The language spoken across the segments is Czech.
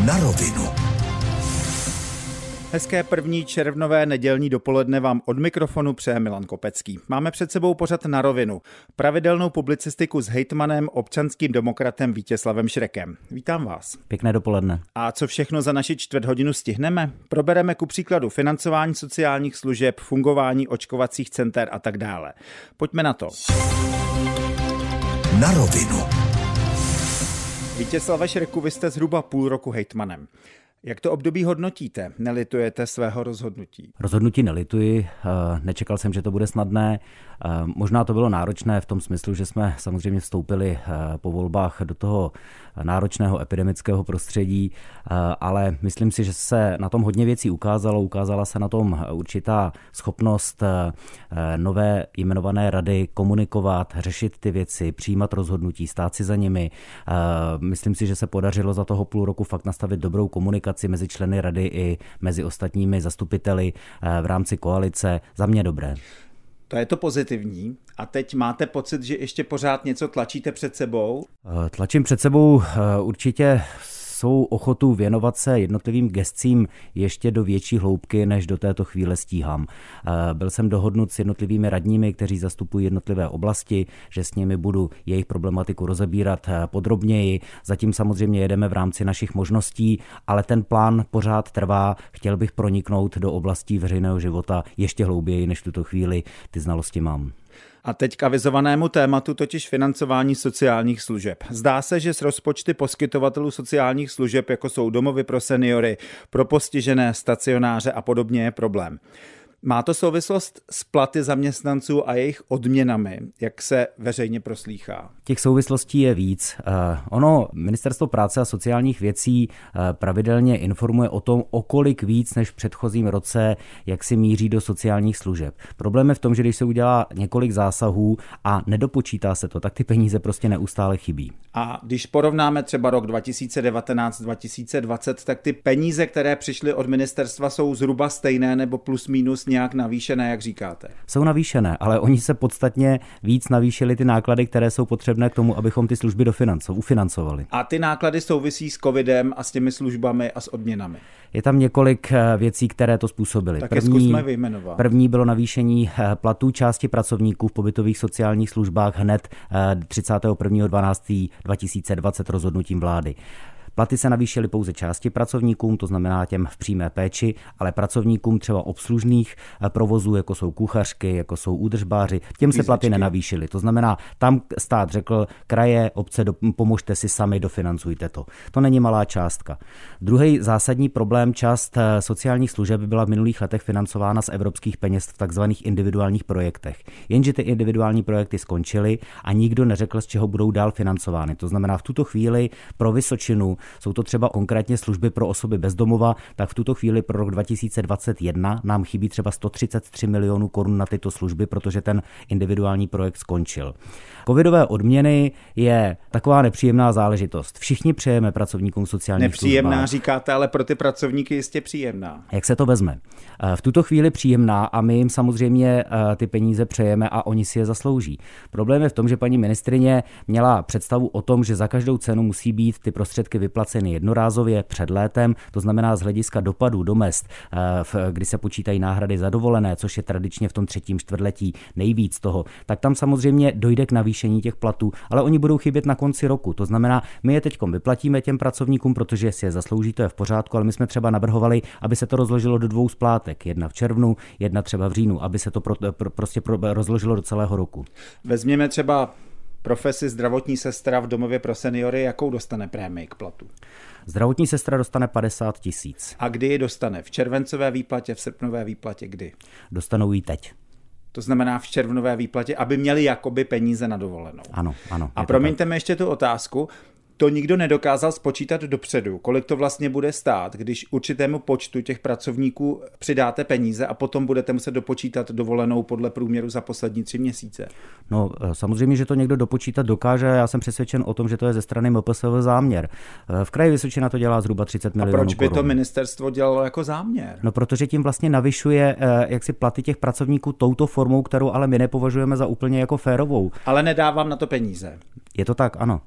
Na rovinu. Hezké první červnové nedělní dopoledne vám od mikrofonu přeje Milan Kopecký. Máme před sebou pořad Na rovinu. Pravidelnou publicistiku s hejtmanem, občanským demokratem Vítězslavem Šrekem. Vítám vás. Pěkné dopoledne. A co všechno za naši čtvrthodinu stihneme? Probereme ku příkladu financování sociálních služeb, fungování očkovacích center a tak dále. Pojďme na to. Na rovinu. Vítězslave Šreku, vy jste zhruba půl roku hejtmanem. Jak to období hodnotíte? Nelitujete svého rozhodnutí? Rozhodnutí nelituji, nečekal jsem, že to bude snadné. Možná to bylo náročné v tom smyslu, že jsme samozřejmě vstoupili po volbách do toho náročného epidemického prostředí, ale myslím si, že se na tom hodně věcí ukázalo. Ukázala se na tom určitá schopnost nové jmenované rady komunikovat, řešit ty věci, přijímat rozhodnutí, stát si za nimi. Myslím si, že se podařilo za toho půl roku fakt nastavit dobrou komunikaci mezi členy rady i mezi ostatními zastupiteli v rámci koalice. Za mě dobré. To je to pozitivní. A teď máte pocit, že ještě pořád něco tlačíte před sebou? Tlačím před sebou určitě svou ochotu věnovat se jednotlivým gescím ještě do větší hloubky, než do této chvíle stíhám. Byl jsem dohodnut s jednotlivými radními, kteří zastupují jednotlivé oblasti, že s nimi budu jejich problematiku rozebírat podrobněji. Zatím samozřejmě jedeme v rámci našich možností, ale ten plán pořád trvá. Chtěl bych proniknout do oblastí veřejného života ještě hlouběji, než v tuto chvíli ty znalosti mám. A teď k avizovanému tématu, totiž financování sociálních služeb. Zdá se, že s rozpočty poskytovatelů sociálních služeb, jako jsou domovy pro seniory, pro postižené, stacionáře a podobně, je problém. Má to souvislost s platy zaměstnanců a jejich odměnami, jak se veřejně proslýchá? Těch souvislostí je víc. Ministerstvo práce a sociálních věcí pravidelně informuje o tom, o kolik víc než v předchozím roce, jak si míří do sociálních služeb. Problém je v tom, že když se udělá několik zásahů a nedopočítá se to, tak ty peníze prostě neustále chybí. A když porovnáme třeba rok 2019-2020, tak ty peníze, které přišly od ministerstva, jsou zhruba stejné nebo plus minus nějak navýšené, jak říkáte? Jsou navýšené, ale oni se podstatně víc navýšili ty náklady, které jsou potřebné k tomu, abychom ty služby ufinancovali. A ty náklady souvisí s covidem a s těmi službami a s odměnami? Je tam několik věcí, které to způsobily. Tak je zkusme vyjmenovat. První bylo navýšení platů části pracovníků v pobytových sociálních službách hned 31.12.2020 rozhodnutím vlády. Platy se navýšily pouze části pracovníkům, to znamená těm v přímé péči, ale pracovníkům třeba obslužných provozů, jako jsou kuchařky, jako jsou údržbáři, těm se platy nenavýšily. To znamená, tam stát řekl, kraje, obce, pomožte si sami, dofinancujte to. To není malá částka. Druhý zásadní problém, část sociálních služeb byla v minulých letech financována z evropských peněz v takzvaných individuálních projektech. Jenže ty individuální projekty skončily a nikdo neřekl, z čeho budou dál financovány. To znamená, v tuto chvíli pro Vysočinu jsou to třeba konkrétně služby pro osoby bez domova, tak v tuto chvíli pro rok 2021 nám chybí třeba 133 milionů korun na tyto služby, protože ten individuální projekt skončil. Covidové odměny je taková nepříjemná záležitost. Všichni přejeme pracovníkům sociálních službách. Nepříjemná říkáte, ale pro ty pracovníky jistě příjemná. Jak se to vezme? V tuto chvíli příjemná a my jim samozřejmě ty peníze přejeme a oni si je zaslouží. Problém je v tom, že paní ministryně měla představu o tom, že za každou cenu musí být ty prostředky vyplaceny jednorázově před létem, to znamená z hlediska dopadů do mezd, kdy se počítají náhrady za dovolené, což je tradičně v tom třetím čtvrtletí nejvíc toho, tak tam samozřejmě dojde k navýšení těch platů, ale oni budou chybět na konci roku. To znamená, my je teďkom vyplatíme těm pracovníkům, protože si je zaslouží, to je v pořádku, ale my jsme třeba navrhovali, aby se to rozložilo do 2 splátek, jedna v červnu, jedna třeba v říjnu, aby se to rozložilo do celého roku. Vezměme třeba profesi zdravotní sestra v domově pro seniory, jakou dostane prémii k platu? Zdravotní sestra dostane 50 000. A kdy ji dostane? V červencové výplatě, v srpnové výplatě, kdy? Dostanou ji teď. To znamená v červnové výplatě, aby měli jakoby peníze na dovolenou. Ano. A promiňte mi ještě tu otázku. To nikdo nedokázal spočítat dopředu, kolik to vlastně bude stát, když určitému počtu těch pracovníků přidáte peníze a potom budete muset dopočítat dovolenou podle průměru za poslední 3 měsíce. No samozřejmě, že to někdo dopočítat dokáže, já jsem přesvědčen o tom, že to je ze strany MPSV záměr. V kraji Vysočina to dělá zhruba 30 milionů korun. A proč by to ministerstvo dělalo jako záměr? No protože tím vlastně navyšuje jaksi platy těch pracovníků touto formou, kterou ale my nepovažujeme za úplně jako férovou. Ale nedávám na to peníze. Je to tak, ano.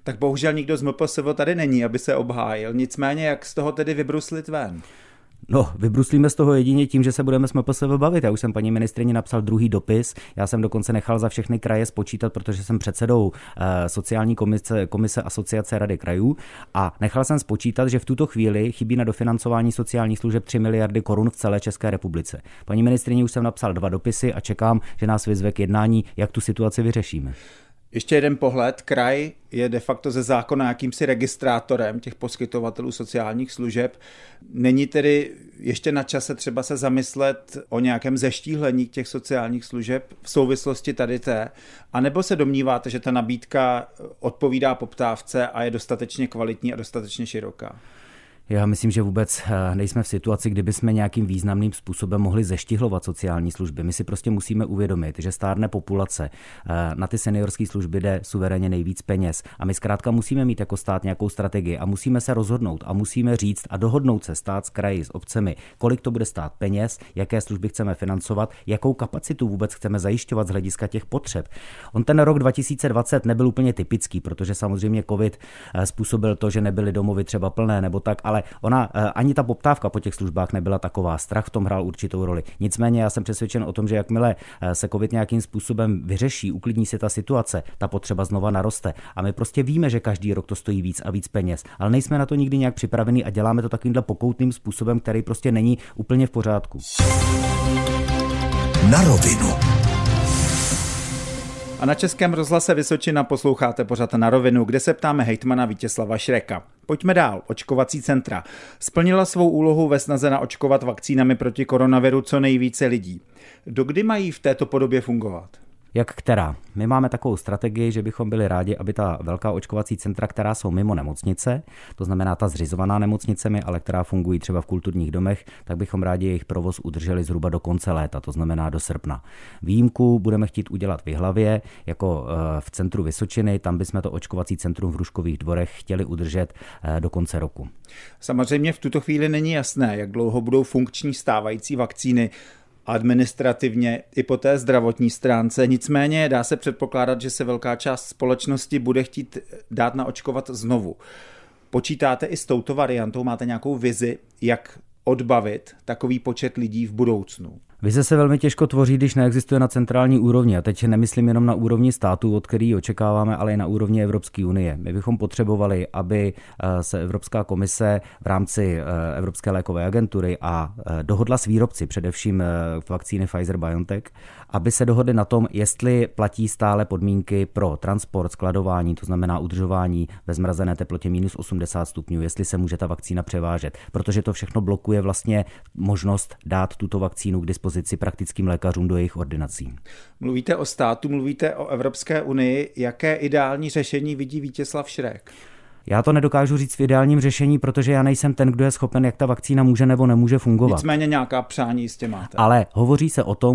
Tak bohužel nikdo z MPSV tady není, aby se obhájil. Nicméně, jak z toho tedy vybruslit ven? No, vybruslíme z toho jedině tím, že se budeme s MPSV bavit. Já už jsem paní ministryni napsal druhý dopis, já jsem dokonce nechal za všechny kraje spočítat, protože jsem předsedou sociální komise Asociace Rady krajů a nechal jsem spočítat, že v tuto chvíli chybí na dofinancování sociálních služeb 3 miliardy korun v celé České republice. Paní ministryni už jsem napsal 2 dopisy a čekám, že nás vyzve k jednání, jak tu situaci vyřešíme. Ještě jeden pohled. Kraj je de facto ze zákona jakýmsi registrátorem těch poskytovatelů sociálních služeb. Není tedy ještě na čase třeba se zamyslet o nějakém zeštíhlení těch sociálních služeb v souvislosti tady té? A nebo se domníváte, že ta nabídka odpovídá poptávce a je dostatečně kvalitní a dostatečně široká? Já myslím, že vůbec nejsme v situaci, kdyby jsme nějakým významným způsobem mohli zeštihlovat sociální služby. My si prostě musíme uvědomit, že stárne populace, na ty seniorské služby jde suverénně nejvíc peněz a my zkrátka musíme mít jako stát nějakou strategii a musíme se rozhodnout a musíme říct a dohodnout se stát s kraji, s obcemi, kolik to bude stát peněz, jaké služby chceme financovat, jakou kapacitu vůbec chceme zajišťovat z hlediska těch potřeb. On ten rok 2020 nebyl úplně typický, protože samozřejmě covid způsobil to, že nebyly domovy třeba plné nebo tak, ale ani ta poptávka po těch službách nebyla taková. Strach v tom hrál určitou roli. Nicméně já jsem přesvědčen o tom, že jakmile se covid nějakým způsobem vyřeší, uklidní se ta situace, ta potřeba znova naroste. A my prostě víme, že každý rok to stojí víc a víc peněz, ale nejsme na to nikdy nějak připravení a děláme to takovýmhle pokoutním způsobem, který prostě není úplně v pořádku. Na rovinu. A na Českém rozhlase Vysočina posloucháte pořad Na rovinu, kde se ptáme hejtmana Vítězslava Šreka. Pojďme dál. Očkovací centra splnila svou úlohu ve snaze naočkovat vakcínami proti koronaviru co nejvíce lidí. Dokdy mají v této podobě fungovat? Jak která? My máme takovou strategii, že bychom byli rádi, aby ta velká očkovací centra, která jsou mimo nemocnice, to znamená ta zřizovaná nemocnicemi, ale která fungují třeba v kulturních domech, tak bychom rádi jejich provoz udrželi zhruba do konce léta, to znamená do srpna. Výjimku budeme chtít udělat v Jihlavě, jako v centru Vysočiny, tam bychom to očkovací centrum v Hruškových Dvorech chtěli udržet do konce roku. Samozřejmě v tuto chvíli není jasné, jak dlouho budou funkční stávající vakcíny, administrativně i po té zdravotní stránce. Nicméně dá se předpokládat, že se velká část společnosti bude chtít dát naočkovat znovu. Počítáte i s touto variantou? Máte nějakou vizi, jak odbavit takový počet lidí v budoucnu? Vize se velmi těžko tvoří, když neexistuje na centrální úrovni. A teď nemyslím jenom na úrovni států, od který očekáváme, ale i na úrovni Evropské unie. My bychom potřebovali, aby se Evropská komise v rámci Evropské lékové agentury a dohodla s výrobci, především vakcíny Pfizer-BioNTech, aby se dohodli na tom, jestli platí stále podmínky pro transport, skladování, to znamená udržování ve zmrazené teplotě minus 80 stupňů, jestli se může ta vakcína převážet, protože to všechno blokuje vlastně možnost dát tuto vakcínu k dispozici praktickým lékařům do jejich ordinací. Mluvíte o státu, mluvíte o Evropské unii. Jaké ideální řešení vidí Vítězslav Šrek? Já to nedokážu říct v ideálním řešení, protože já nejsem ten, kdo je schopen, jak ta vakcína může nebo nemůže fungovat. Nicméně nějaká přání jistě máte. Ale hovoří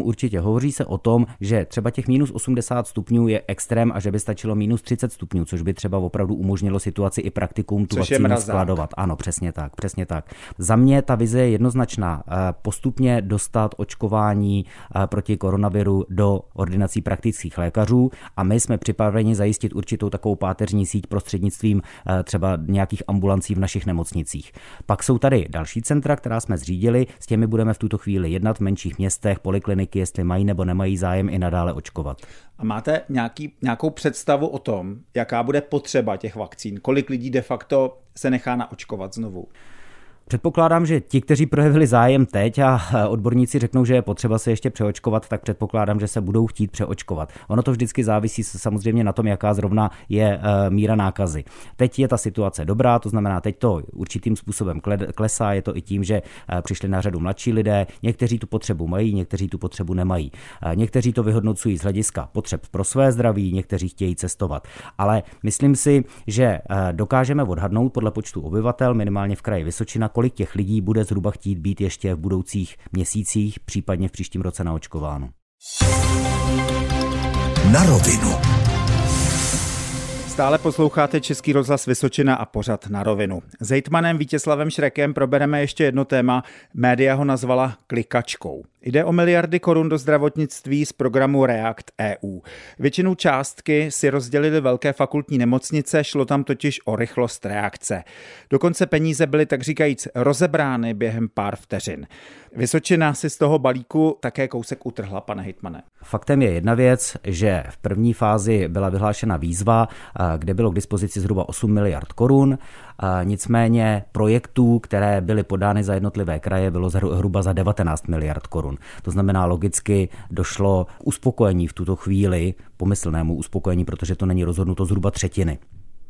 se o tom, že třeba těch minus 80 stupňů je extrém a že by stačilo minus 30 stupňů, což by třeba opravdu umožnilo situaci i praktikům tu vakcínu skladovat. Ano, přesně tak. Za mě ta vize je jednoznačná. Postupně dostat očkování proti koronaviru do ordinací praktických lékařů a my jsme připraveni zajistit určitou takovou páteřní síť prostřednictvím třeba nějakých ambulancí v našich nemocnicích. Pak jsou tady další centra, která jsme zřídili, s těmi budeme v tuto chvíli jednat v menších městech, polikliniky, jestli mají nebo nemají zájem i nadále očkovat. A máte nějakou představu o tom, jaká bude potřeba těch vakcín? Kolik lidí de facto se nechá naočkovat znovu? Předpokládám, že ti, kteří projevili zájem teď a odborníci řeknou, že je potřeba se ještě přeočkovat, tak předpokládám, že se budou chtít přeočkovat. Ono to vždycky závisí samozřejmě na tom, jaká zrovna je míra nákazy. Teď je ta situace dobrá, to znamená, teď to určitým způsobem klesá, je to i tím, že přišli na řadu mladší lidé, někteří tu potřebu mají, někteří tu potřebu nemají. Někteří to vyhodnocují z hlediska potřeb pro své zdraví, někteří chtějí cestovat. Ale myslím si, že dokážeme odhadnout podle počtu obyvatel, minimálně v kraji Vysočina, kolik těch lidí bude zhruba chtít být ještě v budoucích měsících, případně v příštím roce naočkováno. Na rovinu. Stále posloucháte Český rozhlas Vysočina a pořad Na rovinu. S hejtmanem Vítězslavem Šrekem probereme ještě jedno téma. Média ho nazvala klikačkou. Jde o miliardy korun do zdravotnictví z programu REACT EU. Většinu částky si rozdělily velké fakultní nemocnice, šlo tam totiž o rychlost reakce. Dokonce peníze byly tak říkajíc rozebrány během pár vteřin. Vysočina si z toho balíku také kousek utrhla, pane hejtmane. Faktem je jedna věc, že v první fázi byla vyhlášena výzva, kde bylo k dispozici zhruba 8 miliard korun. Nicméně projektů, které byly podány za jednotlivé kraje, bylo zhruba za 19 miliard korun. To znamená, logicky došlo k uspokojení v tuto chvíli, pomyslnému uspokojení, protože to není rozhodnuto zhruba třetiny.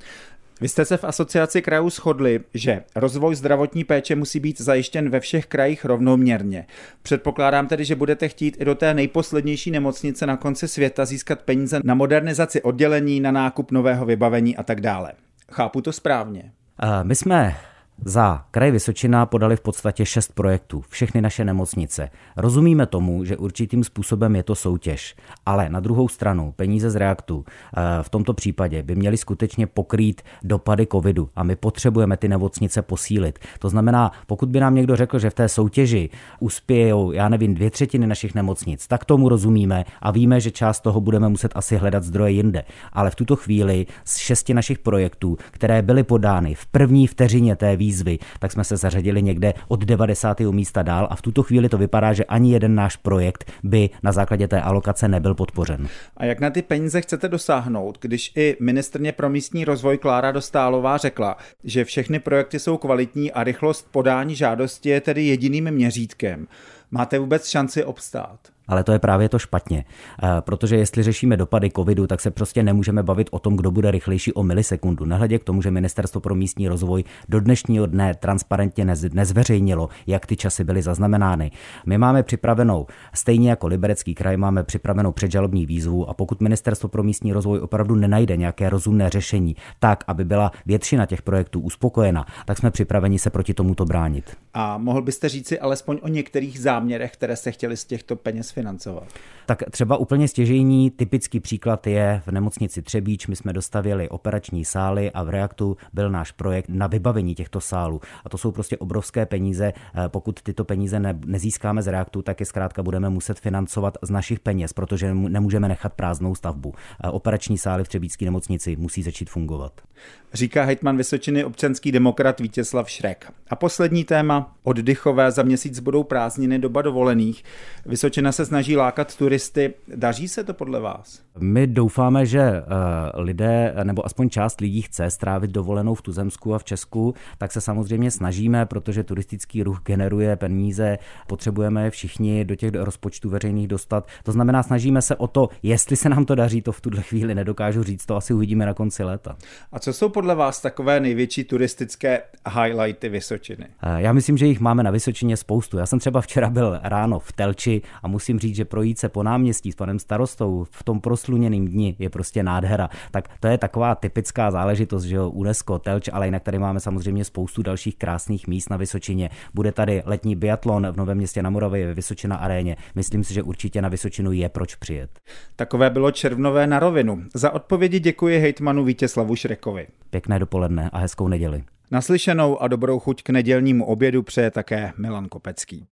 Vy jste se v Asociaci krajů shodli, že rozvoj zdravotní péče musí být zajištěn ve všech krajích rovnoměrně. Předpokládám tedy, že budete chtít i do té nejposlednější nemocnice na konci světa získat peníze na modernizaci oddělení, na nákup nového vybavení a tak dále. Chápu to správně? My jsme za kraj Vysočina podali v podstatě 6 projektů, všechny naše nemocnice. Rozumíme tomu, že určitým způsobem je to soutěž, ale na druhou stranu peníze z REACTu v tomto případě by měly skutečně pokrýt dopady covidu a my potřebujeme ty nemocnice posílit. To znamená, pokud by nám někdo řekl, že v té soutěži uspějou, 2/3 našich nemocnic, tak tomu rozumíme a víme, že část toho budeme muset asi hledat zdroje jinde. Ale v tuto chvíli z 6 našich projektů, které byly podány v první vteřině té výzvy, tak jsme se zařadili někde od 90. místa dál a v tuto chvíli to vypadá, že ani jeden náš projekt by na základě té alokace nebyl podpořen. A jak na ty peníze chcete dosáhnout, když i ministryně pro místní rozvoj Klára Dostálová řekla, že všechny projekty jsou kvalitní a rychlost podání žádosti je tedy jediným měřítkem? Máte vůbec šanci obstát? Ale to je právě to špatně, protože jestli řešíme dopady covidu, tak se prostě nemůžeme bavit o tom, kdo bude rychlejší o milisekundu. Nehledě k tomu, že Ministerstvo pro místní rozvoj do dnešního dne transparentně nezveřejnilo, jak ty časy byly zaznamenány. My máme připravenou, stejně jako Liberecký kraj, máme připravenou předžalobní výzvu a pokud Ministerstvo pro místní rozvoj opravdu nenajde nějaké rozumné řešení tak, aby byla většina těch projektů uspokojena, tak jsme připraveni se proti tomuto bránit. A mohl byste říci alespoň o některých záměrech, které se chtěli z těchto peněz financovat? Tak třeba úplně stěžejní typický příklad je v nemocnici Třebíč. My jsme dostavěli operační sály a v REACTu byl náš projekt na vybavení těchto sálů. A to jsou prostě obrovské peníze. Pokud tyto peníze nezískáme z REACTu, tak je zkrátka budeme muset financovat z našich peněz, protože nemůžeme nechat prázdnou stavbu. Operační sály v třebíčské nemocnici musí začít fungovat. Říká hejtman Vysočiny občanský demokrat Vítězslav Šrek. A poslední téma, oddychové, za měsíc budou prázdniny, doba dovolených. Vysočina se snaží lákat turisty. Daří se to podle vás? My doufáme, že lidé, nebo aspoň část lidí chce strávit dovolenou v tuzemsku a v Česku, tak se samozřejmě snažíme, protože turistický ruch generuje peníze, potřebujeme je všichni do těch rozpočtů veřejných dostat. To znamená, snažíme se o to, jestli se nám to daří, to v tuhle chvíli nedokážu říct, to asi uvidíme na konci léta. A co jsou podle vás takové největší turistické highlighty Vysočiny? Já myslím, že jich máme na Vysočině spoustu. Já jsem třeba včera byl ráno v Telči a musím říct, že projít se po náměstí s panem starostou v tom prosluněném dni je prostě nádhera. Tak to je taková typická záležitost, že jo, UNESCO, Telč, ale jinak tady máme samozřejmě spoustu dalších krásných míst na Vysočině. Bude tady letní biatlon v Novém Městě na Moravě ve Vysočina aréně. Myslím si, že určitě na Vysočinu je proč přijet. Takové bylo červnové Na rovinu. Za odpovědi děkuji hejtmanu Vítězslavu Šrekovi. Pěkné dopoledne a hezkou neděli. Naslyšenou a dobrou chuť k nedělnímu obědu přeje také Milan Kopecký.